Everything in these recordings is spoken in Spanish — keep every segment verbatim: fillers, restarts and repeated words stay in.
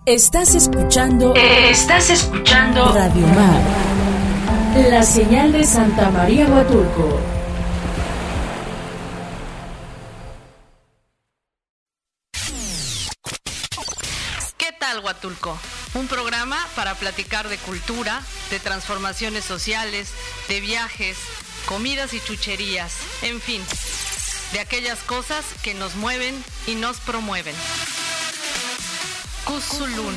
Estás escuchando. Estás escuchando Radio Mar, la señal de Santa María Huatulco. ¿Qué tal, Huatulco? Un programa para platicar de cultura, de transformaciones sociales, de viajes, comidas y chucherías, en fin, de aquellas cosas que nos mueven y nos promueven. Cusulún.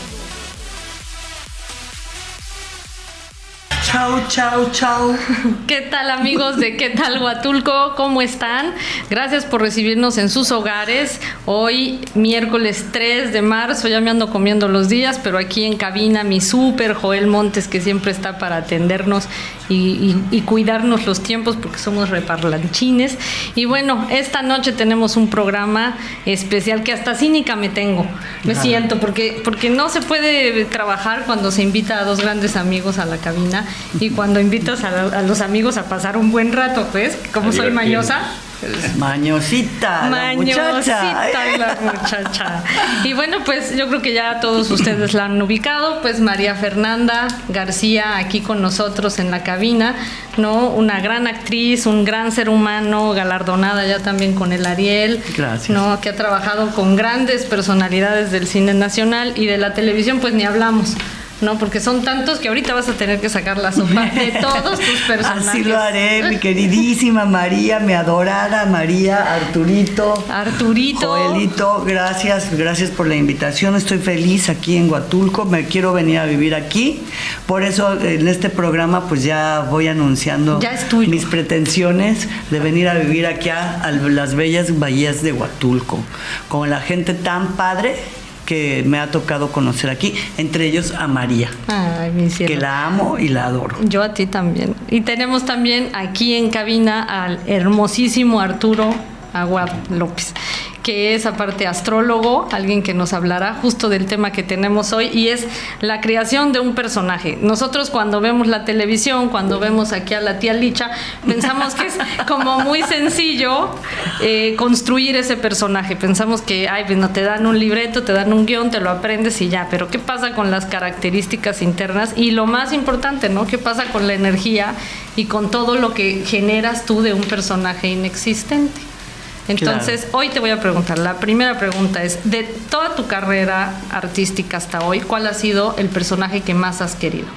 Chau, chau, chau. ¿Qué tal, amigos de ¿Qué tal, Huatulco? ¿Cómo están? Gracias por recibirnos en sus hogares. Hoy, miércoles tres de marzo, ya me ando comiendo los días, pero aquí en cabina mi súper Joel Montes, que siempre está para atendernos y, y, y cuidarnos los tiempos, porque somos reparlanchines. Y bueno, esta noche tenemos un programa especial que hasta cínica me tengo. Me Ajá. siento, porque, porque no se puede trabajar cuando se invita a dos grandes amigos a la cabina. Y cuando invitas a, la, a los amigos a pasar un buen rato, ¿ves? Como soy mañosa. Pues, mañosita, mañosita la la muchacha. Y bueno, pues yo creo que ya todos ustedes la han ubicado, pues María Fernanda García aquí con nosotros en la cabina, ¿no? Una gran actriz, un gran ser humano, galardonada ya también con el Ariel. Gracias. ¿No? Que ha trabajado con grandes personalidades del cine nacional y de la televisión, pues ni hablamos. No, porque son tantos que ahorita vas a tener que sacar la sopa de todos tus personajes. Así lo haré, mi queridísima María, mi adorada María, Arturito. Arturito. Joelito, gracias, gracias por la invitación. Estoy feliz aquí en Huatulco, me quiero venir a vivir aquí. Por eso en este programa pues ya voy anunciando ya estoy. mis pretensiones de venir a vivir aquí a, a las bellas bahías de Huatulco, con la gente tan padre que me ha tocado conocer aquí, entre ellos a María. Ay, mi cielo. Que la amo y la adoro. Yo a ti también. Y tenemos también aquí en cabina al hermosísimo Arturo Aguad López, que es aparte astrólogo, alguien que nos hablará justo del tema que tenemos hoy, y es la creación de un personaje. Nosotros cuando vemos la televisión, cuando vemos aquí a la tía Licha, pensamos que es como muy sencillo eh, construir ese personaje. Pensamos que, ay, bueno, te dan un libreto, te dan un guión, te lo aprendes y ya, pero ¿qué pasa con las características internas? Y lo más importante, ¿no? ¿Qué pasa con la energía y con todo lo que generas tú de un personaje inexistente? Entonces, claro. Hoy te voy a preguntar, la primera pregunta es, de toda tu carrera artística hasta hoy, ¿cuál ha sido el personaje que más has querido?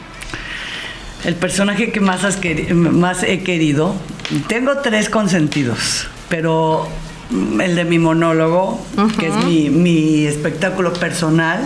El personaje que más, has queri- más he querido, tengo tres consentidos, pero el de mi monólogo, uh-huh. que es mi, mi espectáculo personal,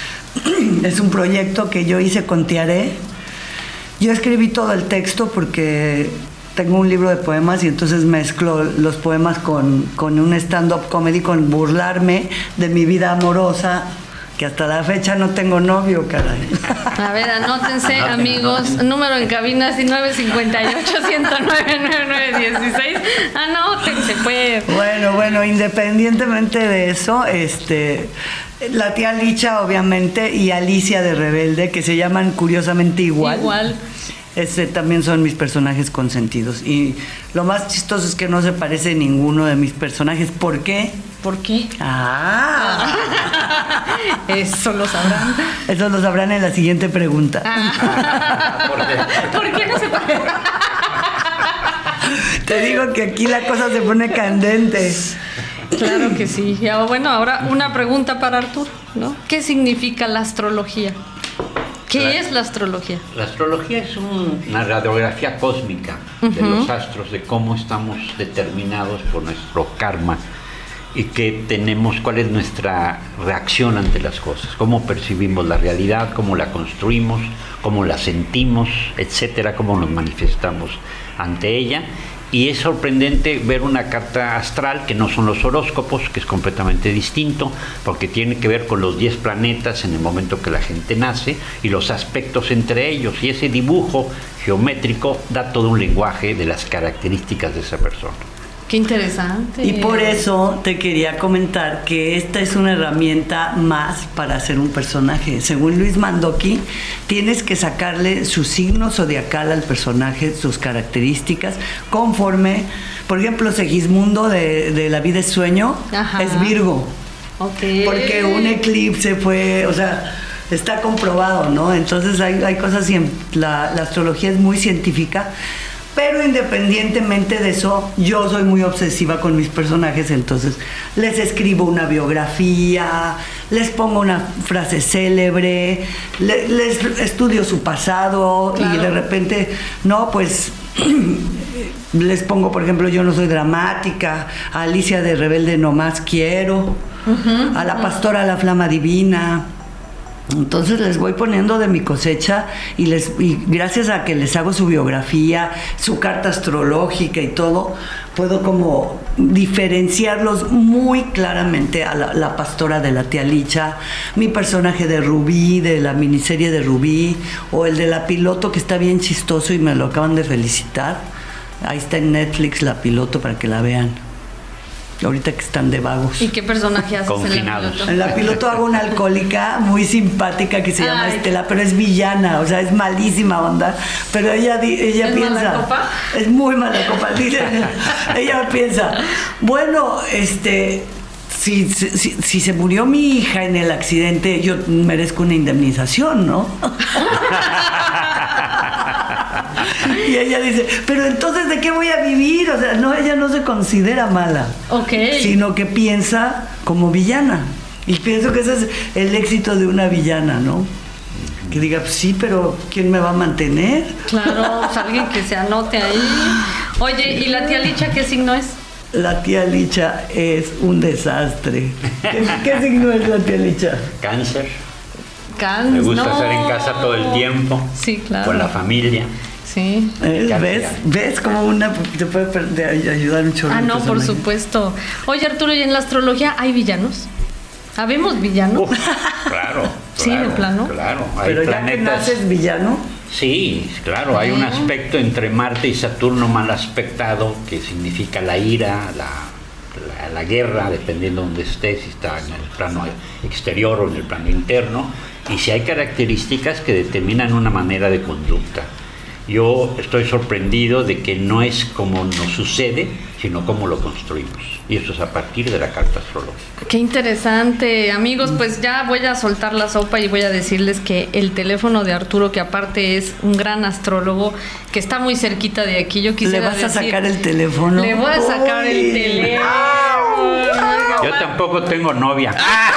es un proyecto que yo hice con Tiaré. Yo escribí todo el texto porque tengo un libro de poemas y entonces mezclo los poemas con, con un stand-up comedy, con burlarme de mi vida amorosa, que hasta la fecha no tengo novio, caray. A ver, anótense, amigos, número en cabina nueve cinco ocho, uno cero nueve, nueve nueve uno seis. Anótense, pues. Bueno, bueno, independientemente de eso, este... la tía Licha, obviamente, y Alicia de Rebelde, que se llaman curiosamente igual. Igual. Ese también son mis personajes consentidos. Y lo más chistoso es que no se parece ninguno de mis personajes. ¿Por qué? ¿Por qué? Ah. Eso lo sabrán. Eso lo sabrán en la siguiente pregunta. Ah. ¿Por qué? ¿Por qué no se parece? Te digo que aquí la cosa se pone candente. Claro que sí. Bueno, ahora una pregunta para Arturo, ¿no? ¿Qué significa la astrología? ¿Qué la, es la astrología? La astrología es un, una radiografía cósmica uh-huh. de los astros, de cómo estamos determinados por nuestro karma y qué tenemos, cuál es nuestra reacción ante las cosas, cómo percibimos la realidad, cómo la construimos, cómo la sentimos, etcétera, cómo nos manifestamos ante ella. Y es sorprendente ver una carta astral, que no son los horóscopos, que es completamente distinto, porque tiene que ver con los diez planetas en el momento que la gente nace y los aspectos entre ellos. Y ese dibujo geométrico da todo un lenguaje de las características de esa persona. Qué interesante. Y por eso te quería comentar que esta es una herramienta más para hacer un personaje. Según Luis Mandoki, tienes que sacarle su signo zodiacal al personaje, sus características, conforme, por ejemplo, Segismundo de, de La vida es sueño, ajá, es Virgo. Okay. Porque un eclipse fue, o sea, está comprobado, ¿no? Entonces hay, hay cosas, la, la astrología es muy científica, pero independientemente de eso, yo soy muy obsesiva con mis personajes, entonces les escribo una biografía, les pongo una frase célebre, le, les estudio su pasado, claro. Y de repente, no, pues les pongo, por ejemplo, yo no soy dramática, a Alicia de Rebelde no más quiero, uh-huh, a la pastora uh-huh. La Flama Divina. Entonces les voy poniendo de mi cosecha y, les, y gracias a que les hago su biografía, su carta astrológica y todo, puedo como diferenciarlos muy claramente a la, la pastora de la tía Licha, mi personaje de Rubí, de la miniserie de Rubí, o el de la piloto que está bien chistoso y me lo acaban de felicitar. Ahí está en Netflix la piloto para que la vean. Ahorita que están de vagos. ¿Y qué personaje haces Confinados. En la piloto? En la piloto hago una alcohólica muy simpática que se llama Ay. Estela, pero es villana, o sea, es malísima onda. Pero ella, ella ¿Es piensa. mala copa? Es muy mala copa. Dice, ella piensa, bueno, este. Si, si, si se murió mi hija en el accidente, yo merezco una indemnización, ¿no? Y ella dice, pero entonces, ¿de qué voy a vivir? O sea, no, ella no se considera mala, okay. Sino que piensa como villana. Y pienso que ese es el éxito de una villana, ¿no? Que diga, pues sí, pero ¿quién me va a mantener? Claro, pues alguien que se anote ahí. Oye, ¿y la tía Licha qué signo es? La tía Licha es un desastre. ¿Qué, qué signo es la tía Licha? Cáncer. Cáncer. Me gusta no. estar en casa todo el tiempo. Sí, claro. Con la familia. Sí. ¿Eh? ¿Ves? ¿Ves cómo una te puede ayudar un chorro? Ah, no, por supuesto. Oye, Arturo, ¿y en la astrología hay villanos? ¿Habemos villanos? Uf, claro. Sí, claro, de plano. Claro. Hay Pero ya planetas... que naces villano. Sí, claro, hay un aspecto entre Marte y Saturno mal aspectado que significa la ira, la, la, la guerra, dependiendo de donde estés, si está en el plano exterior o en el plano interno, y si hay características que determinan una manera de conducta. Yo estoy sorprendido de que no es como nos sucede, sino cómo lo construimos. Y eso es a partir de la carta astrológica. Qué interesante. Amigos, pues ya voy a soltar la sopa y voy a decirles que el teléfono de Arturo, que aparte es un gran astrólogo, que está muy cerquita de aquí, yo quisiera ¿Le vas decir, a sacar el teléfono? Le voy a sacar Uy. el teléfono. Yo tampoco tengo novia.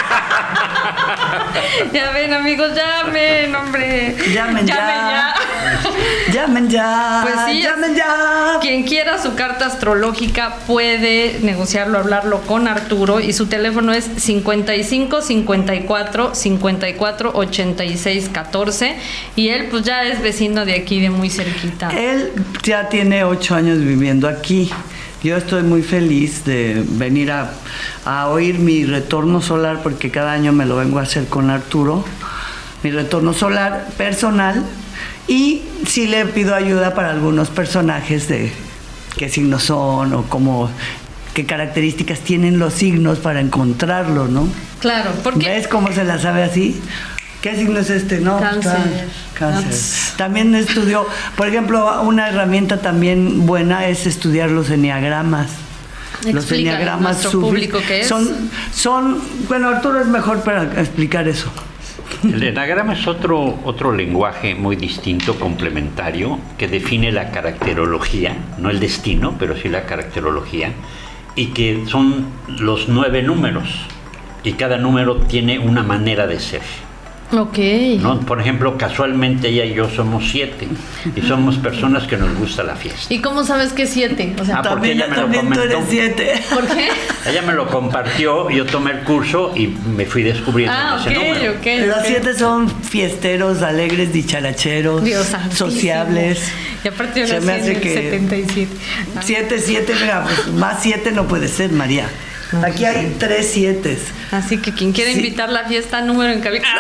Ya ven, amigos, llamen, hombre. Llamen, llamen ya. ya. Llamen ya. Pues sí, llamen ya. Quien quiera su carta astrológica puede negociarlo, hablarlo con Arturo, y su teléfono es cincuenta y cinco, cincuenta y cuatro, cincuenta y cuatro, ochenta y seis, catorce, y él pues ya es vecino de aquí, de muy cerquita. Él ya tiene ocho años viviendo aquí. Yo estoy muy feliz de venir a, a oír mi retorno solar, porque cada año me lo vengo a hacer con Arturo, mi retorno solar personal, y sí le pido ayuda para algunos personajes de qué signos son o cómo, qué características tienen los signos para encontrarlo, ¿no? Claro, porque... ¿Ves cómo se la sabe así? ¿Qué signo es este? No, Cáncer. Cáncer. Cáncer. También estudió, por ejemplo, una herramienta también buena es estudiar los enneagramas. Los enneagramas nuestro público qué es. Son, son, bueno, Arturo es mejor para explicar eso. El enneagrama es otro, otro lenguaje muy distinto, complementario, que define la caracterología, no el destino, pero sí la caracterología, y que son los nueve números, y cada número tiene una manera de ser. Ok. ¿No? Por ejemplo, casualmente ella y yo somos siete, y somos personas que nos gusta la fiesta. ¿Y cómo sabes que es siete? O sea, Ah, porque también, ella me lo también tú eres comentó. siete. ¿por qué? Ella me lo compartió, yo tomé el curso y me fui descubriendo Ah, ese ok, número. ok. Los ok. siete son fiesteros, alegres, dicharacheros, Dios santísimo. sociables. Y aparte yo Se nací me en hace el que- setenta y siete. Ah. Siete, siete, mira, pues, más siete no puede ser, María. Aquí hay tres siete. Así que quien quiera Sí. invitar la fiesta, número en cabina.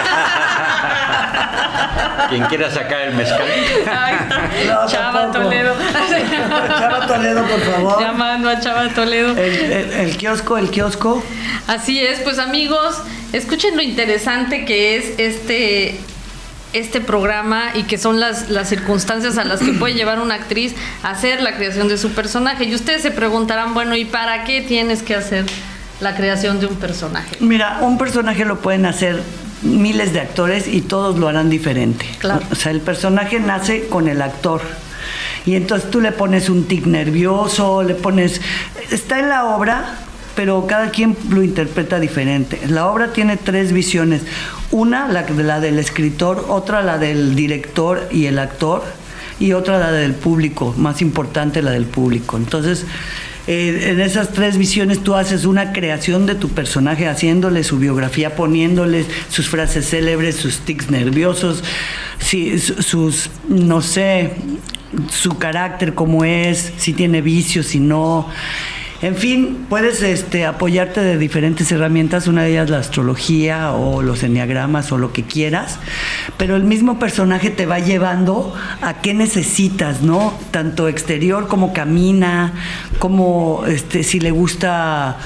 Quien quiera sacar el mezcal. Ahí está. No, Chava tampoco. Toledo. Chava Toledo, por favor. Llamando a Chava Toledo. El, el- el kiosco, el kiosco. Así es, pues amigos, escuchen lo interesante que es este este programa y que son las, las circunstancias a las que puede llevar una actriz a hacer la creación de su personaje. Y ustedes se preguntarán, bueno, ¿y para qué tienes que hacer la creación de un personaje? Mira, un personaje lo pueden hacer miles de actores y todos lo harán diferente. Claro. O sea, el personaje nace con el actor. Y entonces tú le pones un tic nervioso, le pones... Está en la obra, pero cada quien lo interpreta diferente. La obra tiene tres visiones. Una, la, la del escritor, otra la del director y el actor, y otra la del público, más importante la del público. Entonces, eh, en esas tres visiones tú haces una creación de tu personaje, haciéndole su biografía, poniéndole sus frases célebres, sus tics nerviosos, sí, sus, no sé, su carácter, cómo es, si tiene vicios, si no... En fin, puedes este, apoyarte de diferentes herramientas, una de ellas la astrología o los enneagramas o lo que quieras, pero el mismo personaje te va llevando a qué necesitas, ¿no? Tanto exterior como camina, como este, si le gusta...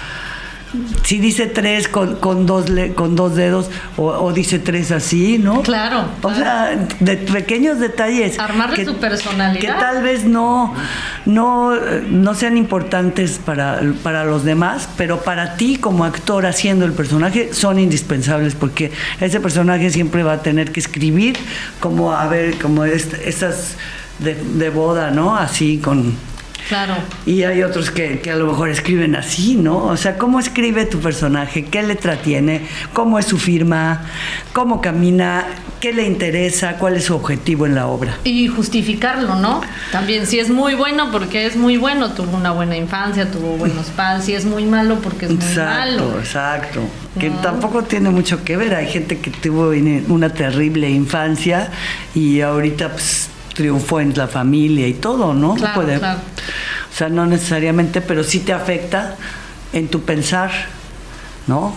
Si dice tres con, con, dos, le, con dos dedos o, o dice tres así, ¿no? Claro. O claro. sea, de pequeños detalles. Armarle que, su personalidad. Que tal vez no, no, no sean importantes para, para los demás, pero para ti como actor haciendo el personaje son indispensables, porque ese personaje siempre va a tener que escribir como, a ver, como est, esas de, de boda, ¿no? Así con... Claro. Y hay otros que, que a lo mejor escriben así, ¿no? O sea, ¿cómo escribe tu personaje? ¿Qué letra tiene? ¿Cómo es su firma? ¿Cómo camina? ¿Qué le interesa? ¿Cuál es su objetivo en la obra? Y justificarlo, ¿no? También, si es muy bueno porque es muy bueno, tuvo una buena infancia, tuvo buenos padres. Si es muy malo porque es muy exacto, malo. Exacto, que No. tampoco tiene mucho que ver. Hay gente que tuvo una terrible infancia y ahorita, pues, triunfó en la familia y todo, ¿no? Claro, Puede, claro. O sea, no necesariamente, pero sí te afecta en tu pensar, ¿no?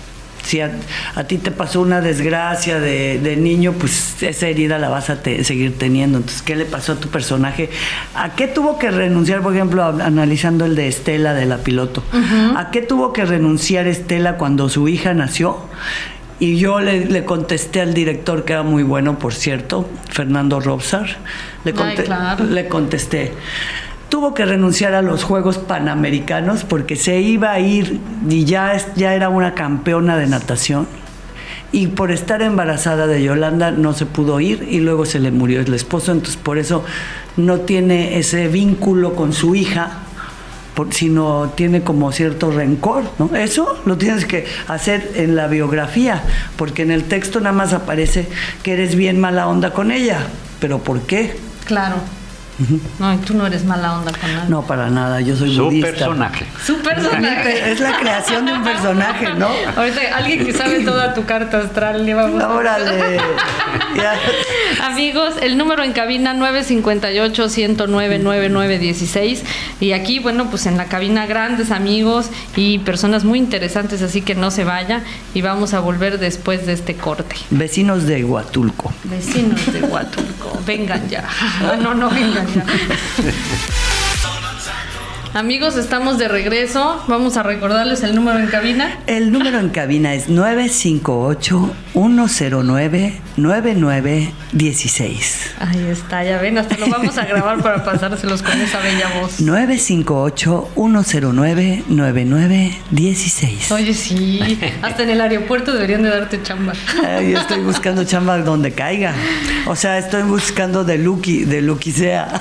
Si a, a ti te pasó una desgracia de, de niño, pues esa herida la vas a te, seguir teniendo. Entonces, ¿qué le pasó a tu personaje? ¿A qué tuvo que renunciar, por ejemplo, a, analizando el de Estela, de la piloto? Uh-huh. ¿A qué tuvo que renunciar Estela cuando su hija nació? Y yo le, le contesté al director, que era muy bueno, por cierto, Fernando Robsar, le, conte- Ay, claro. le contesté, tuvo que renunciar a los Juegos Panamericanos porque se iba a ir y ya, es, ya era una campeona de natación, y por estar embarazada de Yolanda no se pudo ir y luego se le murió el esposo, entonces por eso no tiene ese vínculo con su hija, por, sino tiene como cierto rencor, ¿no? Eso lo tienes que hacer en la biografía, porque en el texto nada más aparece que eres bien mala onda con ella, pero ¿por qué? Claro. Uh-huh. No, y tú no eres mala onda con nada. No, para nada, yo soy Su budista. personaje. Su personaje. Es la creación de un personaje, ¿no? Ahorita alguien que sabe toda tu carta astral le vamos a... Órale. Ya. Amigos, el número en cabina nueve cinco ocho, uno cero nueve, nueve nueve uno seis, y aquí, bueno, pues en la cabina grandes amigos y personas muy interesantes, así que no se vaya y vamos a volver después de este corte. Vecinos de Huatulco. Vecinos de Huatulco, vengan ya. No, no vengan ya. Amigos, estamos de regreso. Vamos a recordarles el número en cabina. El número en cabina es nueve cinco ocho, uno cero nueve, nueve nueve uno seis. Ahí está, ya ven, hasta lo vamos a grabar para pasárselos con esa bella voz. nueve cinco ocho, uno cero nueve, nueve nueve uno seis. Oye, sí, hasta en el aeropuerto deberían de darte chamba. Ay, yo estoy buscando chamba donde caiga. O sea, estoy buscando de Lucky, de Lucky sea.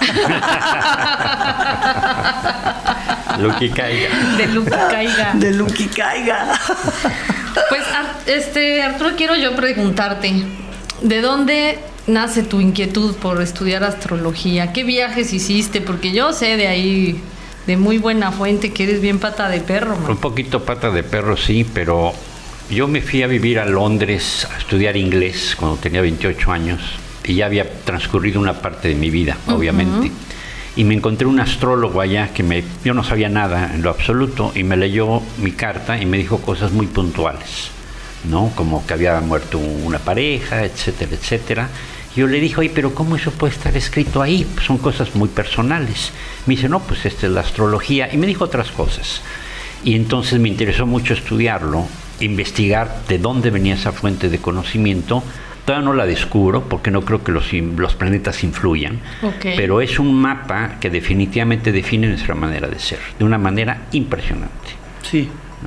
Lucky caiga. De Lucky caiga. De Lucky caiga. Pues, este, Arturo, quiero yo preguntarte, ¿de dónde nace tu inquietud por estudiar astrología? ¿Qué viajes hiciste? Porque yo sé de ahí, de muy buena fuente, que eres bien pata de perro, man. Un poquito pata de perro, sí, pero yo me fui a vivir a Londres a estudiar inglés cuando tenía veintiocho años y ya había transcurrido una parte de mi vida, uh-huh. obviamente. Y me encontré un astrólogo allá que me, yo no sabía nada en lo absoluto, y me leyó mi carta y me dijo cosas muy puntuales, ¿no? Como que había muerto una pareja, etcétera, etcétera. Y yo le dije, oye, pero ¿cómo eso puede estar escrito ahí? Pues son cosas muy personales. Me dice, no, pues esta es la astrología. Y me dijo otras cosas. Y entonces me interesó mucho estudiarlo, investigar de dónde venía esa fuente de conocimiento. Todavía no la descubro porque no creo que los, los planetas influyan, okay. pero es un mapa que definitivamente define nuestra manera de ser, de una manera impresionante. Sí. ¿No?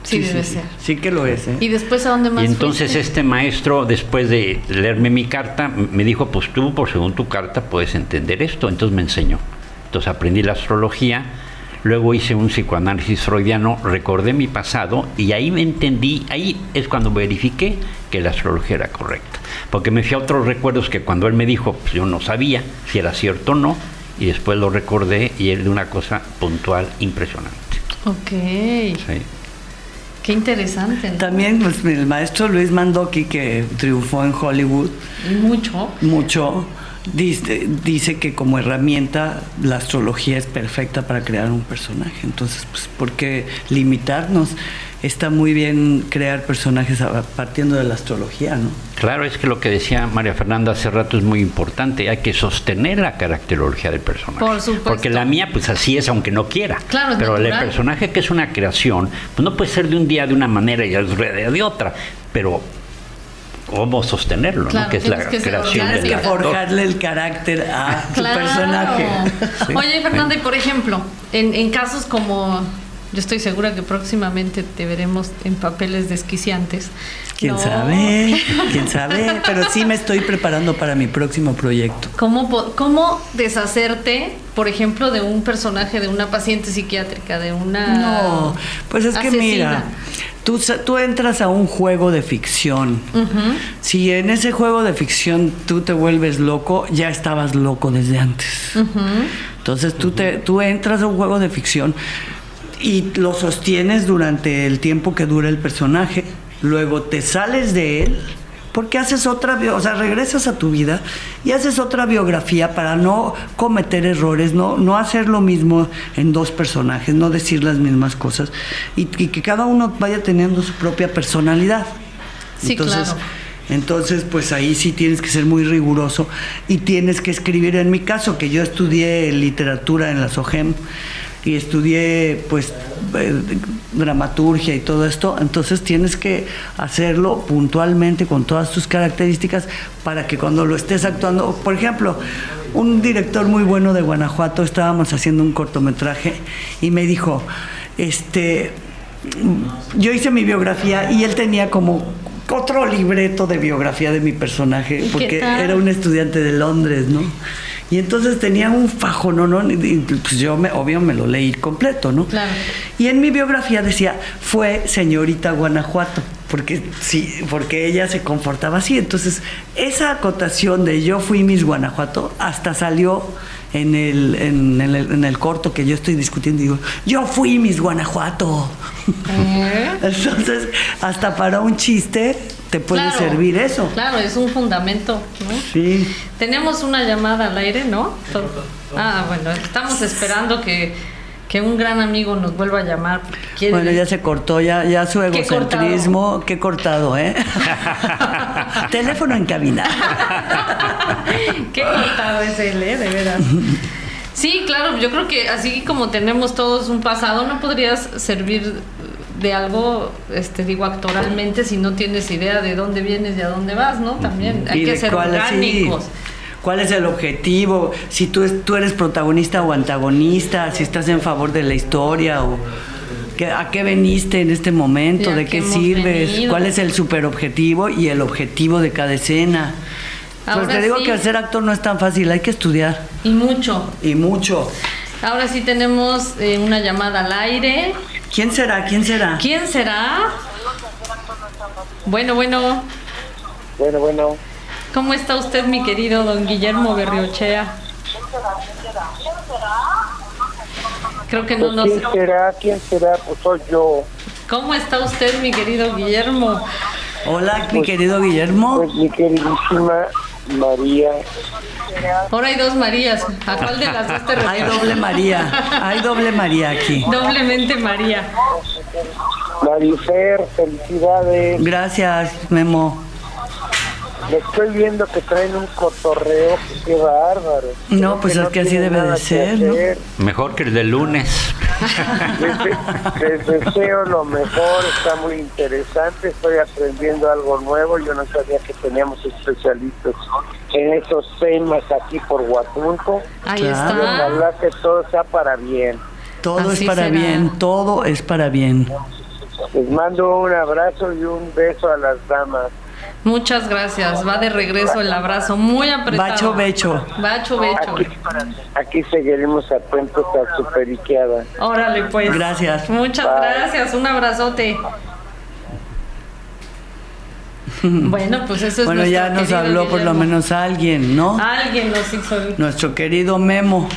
Sí, sí debe sí, ser. Sí que lo es, ¿eh? ¿Y después a dónde más Y entonces fuiste? este maestro, después de leerme mi carta, me dijo, pues tú, por según tu carta, puedes entender esto. Entonces me enseñó. Entonces aprendí la astrología, luego hice un psicoanálisis freudiano, recordé mi pasado y ahí me entendí, ahí es cuando verifiqué que la astrología era correcta. Porque me fui a otros recuerdos que cuando él me dijo, pues yo no sabía si era cierto o no, y después lo recordé y es de una cosa puntual impresionante. Ok. Sí. Qué interesante, ¿no? También pues, el maestro Luis Mandoki, que triunfó en Hollywood Y mucho. mucho, dice, dice que como herramienta la astrología es perfecta para crear un personaje. Entonces, pues, ¿por qué limitarnos? Está muy bien crear personajes a- partiendo de la astrología, ¿no? Claro, es que lo que decía María Fernanda hace rato es muy importante, hay que sostener la caracterología del personaje. Por supuesto. Porque la mía, pues así es, aunque no quiera. Claro, es pero el natural. personaje que es una creación, pues no puede ser de un día de una manera y al otro día de otra, pero cómo sostenerlo, Claro, ¿no? Que es la tienes que ser creación orgánico. del Tienes que actor. forjarle el carácter a tu Claro. personaje. Sí. Oye, Fernanda, y por ejemplo, en, en casos como, yo estoy segura que próximamente te veremos en papeles desquiciantes. ¿Quién No. sabe? ¿Quién sabe? Pero sí me estoy preparando para mi próximo proyecto. ¿Cómo, po- ¿Cómo deshacerte, por ejemplo, de un personaje, de una paciente psiquiátrica, de una No, pues es que asesina? mira, tú, sa- tú entras a un juego de ficción. Ujú. Si en ese juego de ficción tú te vuelves loco, ya estabas loco desde antes. Ujú. Entonces tú, te, tú entras a un juego de ficción y lo sostienes durante el tiempo que dura el personaje, luego te sales de él porque haces otra, bio- o sea, regresas a tu vida y haces otra biografía para no cometer errores, no, no hacer lo mismo en dos personajes, no decir las mismas cosas y, y que cada uno vaya teniendo su propia personalidad. Sí, Entonces, claro. entonces, pues ahí sí tienes que ser muy riguroso y tienes que escribir. En mi caso, que yo estudié literatura en la SOGEM y estudié, pues, eh, dramaturgia y todo esto, entonces tienes que hacerlo puntualmente con todas tus características para que cuando lo estés actuando, por ejemplo, un director muy bueno de Guanajuato, estábamos haciendo un cortometraje y me dijo, este, yo hice mi biografía y él tenía como otro libreto de biografía de mi personaje, ¿Y porque qué tal? era un estudiante de Londres, ¿no? Y entonces tenía un fajo, ¿no? ¿no? Y pues yo, me, obvio, me lo leí completo, ¿no? Claro. Y en mi biografía decía, fue señorita Guanajuato, porque sí, porque ella se comportaba así. Entonces, esa acotación de yo fui Miss Guanajuato hasta salió en el, en el, en el corto que yo estoy discutiendo. Digo, yo fui Miss Guanajuato. ¿Eh? Entonces, hasta para un chiste te puede Claro, servir eso. Claro, es un fundamento, ¿no? Sí. Tenemos una llamada al aire, ¿no? Ah, bueno, estamos esperando que, que un gran amigo nos vuelva a llamar. Quiere- Bueno, ya se cortó, ya, ya su Qué egocentrismo, qué cortado, ¿eh? Teléfono en cabina. Qué cortado es él, ¿eh? De veras. Sí, claro, yo creo que así como tenemos todos un pasado, no podrías servir de algo, este, digo, actoralmente si no tienes idea de dónde vienes y a dónde vas, ¿no? También hay Y que de ser cuál- sí. orgánicos. ¿Cuál es el objetivo? Si tú, es- tú eres protagonista o antagonista, si estás en favor de la historia o qué- a qué veniste en este momento, ¿Y a de qué qué hemos sirves, venido? cuál es el superobjetivo y el objetivo de cada escena. Pues Ahora te digo sí. que ser actor no es tan fácil, hay que estudiar Y mucho. y mucho. Ahora sí tenemos eh, una llamada al aire. ¿Quién será? ¿Quién será? ¿Quién será? Bueno, bueno. Bueno, bueno, ¿Cómo está usted, mi querido don Guillermo Berriochea? Creo que no pues, nos... ¿quién será? ¿Quién será? Pues soy yo. ¿Cómo está usted, mi querido Guillermo? Hola, mi querido Guillermo. Pues mi queridísima María. Ahora hay dos Marías. ¿A cuál de las dos te refieres? Hay doble María, hay doble María aquí. Doblemente María. Marifer, felicidades. Gracias, Memo. Me estoy viendo que traen un cotorreo, qué bárbaro. No, pues es que así tienen debe de nada que ser, ¿no? hacer. Mejor que el del lunes. Les, de- les deseo lo mejor, está muy interesante, estoy aprendiendo algo nuevo, yo no sabía que teníamos especialistas en esos temas aquí por Huatulco. Ahí Claro. Y está. ojalá que todo sea para bien. Todo Así es para será. bien, todo es para bien. Les mando un abrazo y un beso a las damas. Muchas gracias. Va de regreso el abrazo muy apretado. Bacho becho. Bacho becho. Aquí, aquí seguiremos atentos a su periqueada. Órale, pues. Gracias. Muchas Bye. gracias. Un abrazote. Bueno, pues eso es Bueno, nuestro ya nos querido habló por lo Guillermo. menos alguien, ¿no? Alguien nos hizo. Nuestro querido Memo.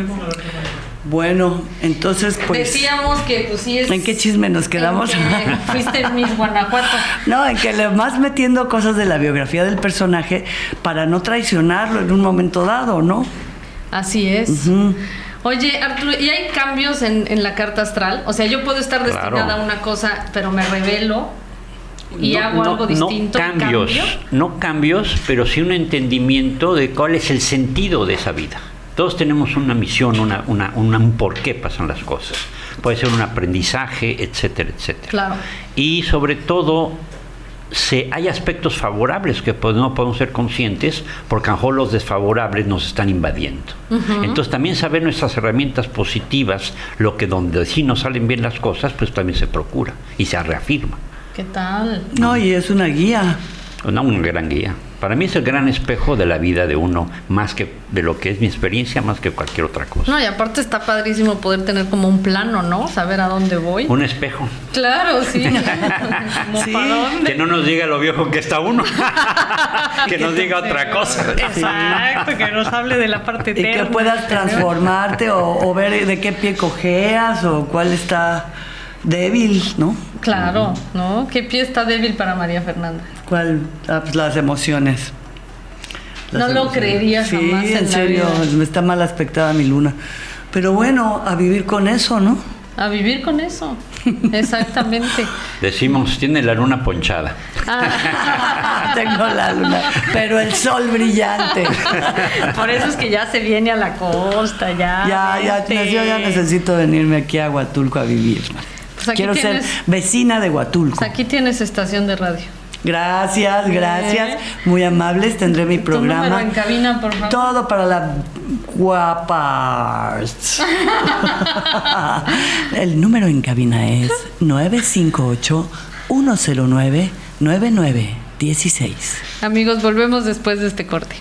Bueno, entonces pues... Decíamos que pues sí es... ¿En qué chisme nos quedamos? en que fuiste Miss Guanajuato. No, en que le vas metiendo cosas de la biografía del personaje para no traicionarlo en un momento dado, ¿no? Así es. Uh-huh. Oye, Arturo, ¿y hay cambios en, en la carta astral? O sea, yo puedo estar destinada Claro. a una cosa, pero me revelo y No, hago no, algo distinto. No cambios, ¿Cambio? no cambios, pero sí un entendimiento de cuál es el sentido de esa vida. Todos tenemos una misión, una, una, una, un por qué pasan las cosas. Puede ser un aprendizaje, etcétera, etcétera. Claro. Y sobre todo, se, hay aspectos favorables que pues, no podemos ser conscientes porque a lo mejor los desfavorables nos están invadiendo. Uh-huh. Entonces también saber nuestras herramientas positivas, lo que donde sí nos salen bien las cosas, pues también se procura y se reafirma. ¿Qué tal? No, y es una guía. Una, una gran guía. Para mí es el gran espejo de la vida de uno, más que de lo que es mi experiencia, más que cualquier otra cosa. No, y aparte está padrísimo poder tener como un plano, ¿no? Saber a dónde voy. Un espejo. Claro, sí. Como Sí. para dónde. Que no nos diga lo viejo que está uno. Que nos diga otra cosa. Exacto, que nos hable de la parte Y eterna. que puedas transformarte o, o ver de qué pie cojeas o cuál está débil, ¿no? Claro, ¿no? ¿Qué pie está débil para María Fernanda? ¿Cuál? Ah, pues las emociones. No lo creería sí, jamás en en la serio, vida. está mal aspectada mi luna. Pero bueno, a vivir con eso, ¿no? A vivir con eso. Exactamente. Decimos, tiene la luna ponchada. Ah. Tengo la luna, pero el sol brillante. Por eso es que ya se viene a la costa, ya. Ya, ya, vente. yo ya necesito venirme aquí a Huatulco a vivir. Pues aquí Quiero tienes- ser vecina de Huatulco. Pues aquí tienes estación de radio. Gracias, gracias. Muy amables, tendré mi programa. Tu número en cabina, por favor. Todo para la guapas. El número en cabina es nueve cinco ocho, uno cero nueve, nueve nueve uno seis. Amigos, volvemos después de este corte.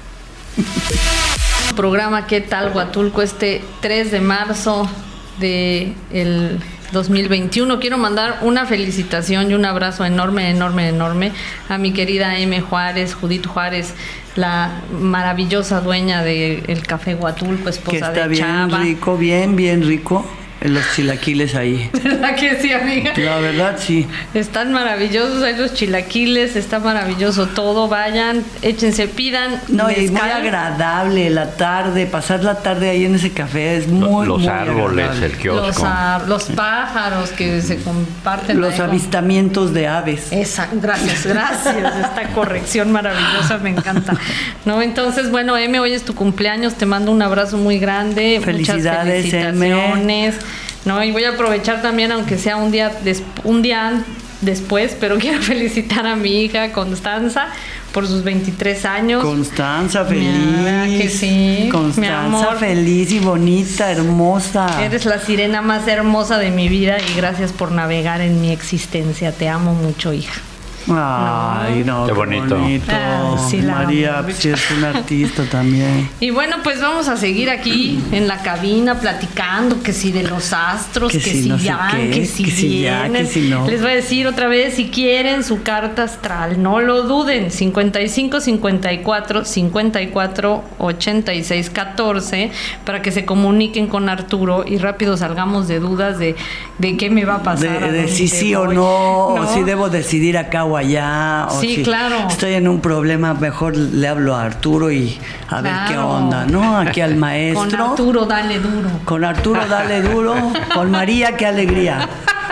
Programa ¿Qué tal Huatulco? Este tres de marzo de el dos mil veintiuno. Quiero mandar una felicitación y un abrazo enorme, enorme, enorme a mi querida M. Juárez, Judith Juárez, la maravillosa dueña del Café Huatulco, Que esposa está de bien Chava. rico, bien, bien rico. Los chilaquiles ahí. ¿Verdad que sí, amiga? La verdad, sí. Están maravillosos, hay los chilaquiles, está maravilloso todo. Vayan, échense, pidan. No, y muy mezcal. agradable la tarde, pasar la tarde ahí en ese café es muy, Los muy árboles, agradable. el kiosco. Los, ar- los pájaros que se comparten. Los ahí con- avistamientos de aves. Esa, gracias, gracias. Esta corrección maravillosa me encanta. No, entonces, bueno, M, hoy es tu cumpleaños, te mando un abrazo muy grande. Felicidades, muchas felicitaciones. No, y voy a aprovechar también, aunque sea un día des- un día an- después, pero quiero felicitar a mi hija Constanza por sus veintitrés años. Constanza, ¿Verdad feliz. que sí? Mi Constanza, amor. feliz y bonita, hermosa. Eres la sirena más hermosa de mi vida y gracias por navegar en mi existencia. Te amo mucho, hija. Ay, no, Qué qué bonito. bonito. Ah, sí, la María, amo pues, mucho. sí es una artista también. Y bueno, pues vamos a seguir aquí en la cabina platicando que si de los astros, Que que, si si, no sé ya, qué, que si que si ya, vienen. que si no. Les voy a decir otra vez, si quieren su carta astral, no lo duden, cincuenta y cinco, cincuenta y cuatro, cincuenta y cuatro, ochenta y seis, catorce, para que se comuniquen con Arturo y rápido salgamos de dudas de, de qué me va a pasar. De, a de dónde si sí o voy. no, o si debo decidir acá o allá. O Sí, si claro. Estoy en un problema, mejor le hablo a Arturo y a ver qué Claro. onda, ¿no? Aquí al maestro. Con Arturo, dale duro. Con Arturo, dale duro. Con María, qué alegría.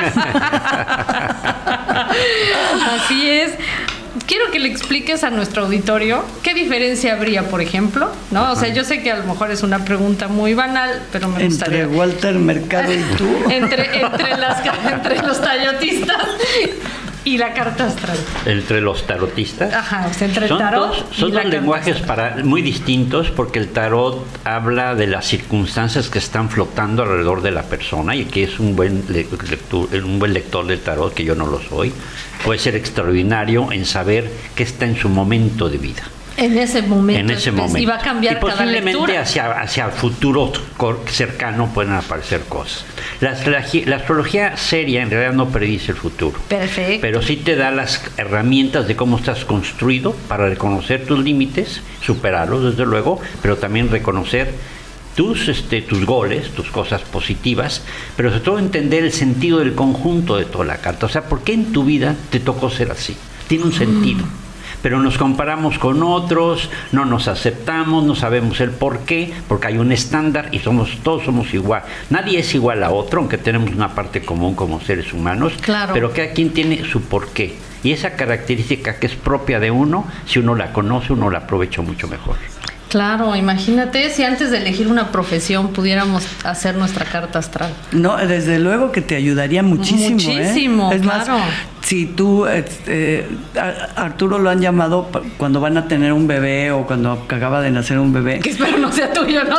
Así es. Quiero que le expliques a nuestro auditorio qué diferencia habría, por ejemplo, ¿no? O sea, yo sé que a lo mejor es una pregunta muy banal, pero me gustaría. Entre Walter Mercado y tú. entre, entre, las, entre los tayotistas y la carta astral. Entre los tarotistas. Ajá, o sea, entre el son tarot dos, y son la dos carta lenguajes astral. para, muy distintos, porque el tarot habla de las circunstancias que están flotando alrededor de la persona, y que es un buen lector, un buen lector del tarot, que yo no lo soy, puede ser extraordinario en saber qué está en su momento de vida. En ese momento. En ese es, momento. Y va a cambiar y cada posiblemente lectura. hacia, hacia el futuro cercano pueden aparecer cosas. La, la, la astrología seria en realidad no predice el futuro. Perfecto. Pero sí te da las herramientas de cómo estás construido para reconocer tus límites, superarlos desde luego, pero también reconocer tus, este, tus goles, tus cosas positivas, pero sobre todo entender el sentido del conjunto de toda la carta. O sea, ¿por qué en tu vida te tocó ser así? Tiene un sentido. Pero nos comparamos con otros, no nos aceptamos, no sabemos el por qué, porque hay un estándar y somos todos somos igual. Nadie es igual a otro, aunque tenemos una parte común como seres humanos, claro. Pero cada quien tiene su porqué. Y esa característica que es propia de uno, si uno la conoce, uno la aprovecha mucho mejor. Claro, imagínate si antes de elegir una profesión pudiéramos hacer nuestra carta astral. No, desde luego que te ayudaría muchísimo. Muchísimo, ¿eh? Es claro. Más, si tú, eh, a Arturo lo han llamado cuando van a tener un bebé o cuando acaba de nacer un bebé. Que espero no sea tuyo, ¿no?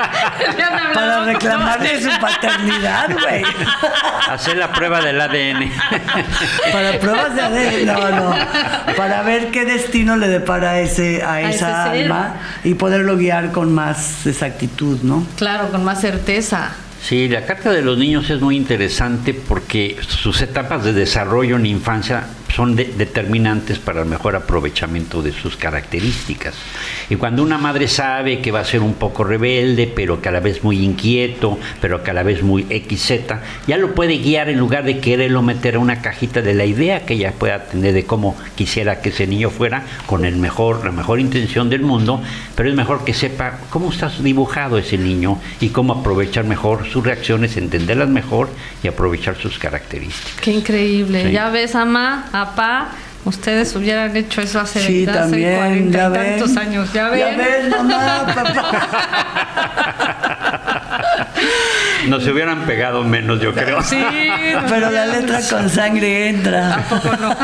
Para reclamarle su paternidad, güey. Hacer la prueba del A D N. Para pruebas de A D N, no, no. Para ver qué destino le depara a, ese, a, a esa ese alma y poderlo guiar con más exactitud, ¿no? Claro, con más certeza. Sí, la carta de los niños es muy interesante porque sus etapas de desarrollo en infancia son de, determinantes para el mejor aprovechamiento de sus características. Y cuando una madre sabe que va a ser un poco rebelde, pero que a la vez muy inquieto, pero que a la vez muy equis zeta, ya lo puede guiar en lugar de quererlo meter a una cajita de la idea que ella pueda tener de cómo quisiera que ese niño fuera, con el mejor, la mejor intención del mundo, pero es mejor que sepa cómo está dibujado ese niño y cómo aprovechar mejor sus reacciones, entenderlas mejor y aprovechar sus características. Qué increíble. Sí. Ya ves, Ama, Apá, ustedes hubieran hecho eso hace, sí, hace también, cuarenta ya y ven, tantos años. Ya ven. Ya ven, mamá, papá. Nos hubieran pegado menos, yo creo. Sí. Pero la letra con sangre entra. Tampoco no.